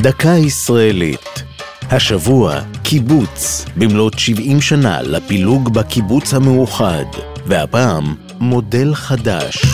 דקה ישראלית. השבוע קיבוץ, במלאת 70 שנה לפילוג בקיבוץ המאוחד, והפעם מודל חדש.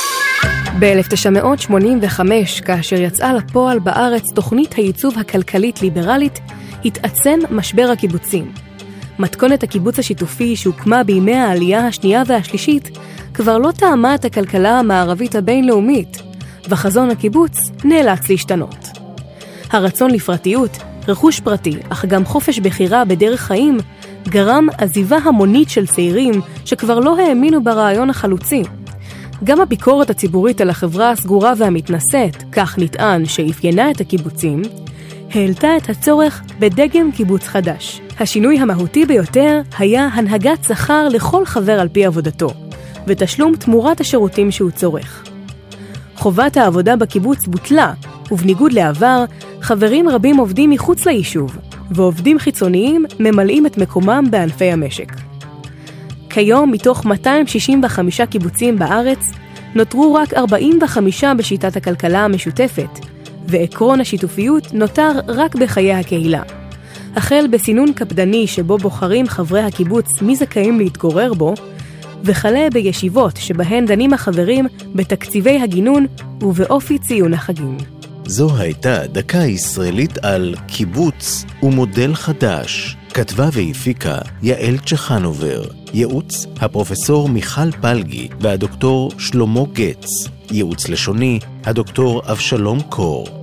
ב-1985, כאשר יצאה לפועל בארץ תוכנית הייצוב הכלכלית-ליברלית, התעצם משבר הקיבוצים. מתכונת הקיבוץ השיתופי שהוקמה בימי העלייה השנייה והשלישית כבר לא טעמה את הכלכלה המערבית הבינלאומית, וחזון הקיבוץ נאלץ להשתנות. הרצון לפרטיות, רכוש פרטי, אך גם חופש בחירה בדרך חיים, גרם עזיבה המונית של צעירים שכבר לא האמינו ברעיון החלוצי. גם הביקורת הציבורית על החברה הסגורה והמתנשאת, כך נטען שאפיינה את הקיבוצים, העלתה את הצורך בדגם קיבוץ חדש. השינוי המהותי ביותר היה הנהגת שכר לכל חבר על פי עבודתו, ותשלום תמורת השירותים שהוא צורך. חובת העבודה בקיבוץ בוטלה, ובניגוד לעבר, חברים רבים עובדים מחוץ ליישוב, ועובדים חיצוניים ממלאים את מקומם בענפי המשק. כיום, מתוך 265 קיבוצים בארץ, נותרו רק 45 בשיטת הכלכלה המשותפת, ועקרון השיתופיות נותר רק בחיי הקהילה. החל בסינון קפדני שבו בוחרים חברי הקיבוץ מי זכאים להתגורר בו, וכלה בישיבות שבהן דנים החברים בתקציבי הגינון ובאופי ציון החגים. זו הייתה דקה ישראלית על קיבוץ ומודל חדש. כתבה והפיקה יעל צ'חנובר. ייעוץ הפרופסור מיכל פלגי והדוקטור שלמה גץ. ייעוץ לשוני הדוקטור אבשלום קור.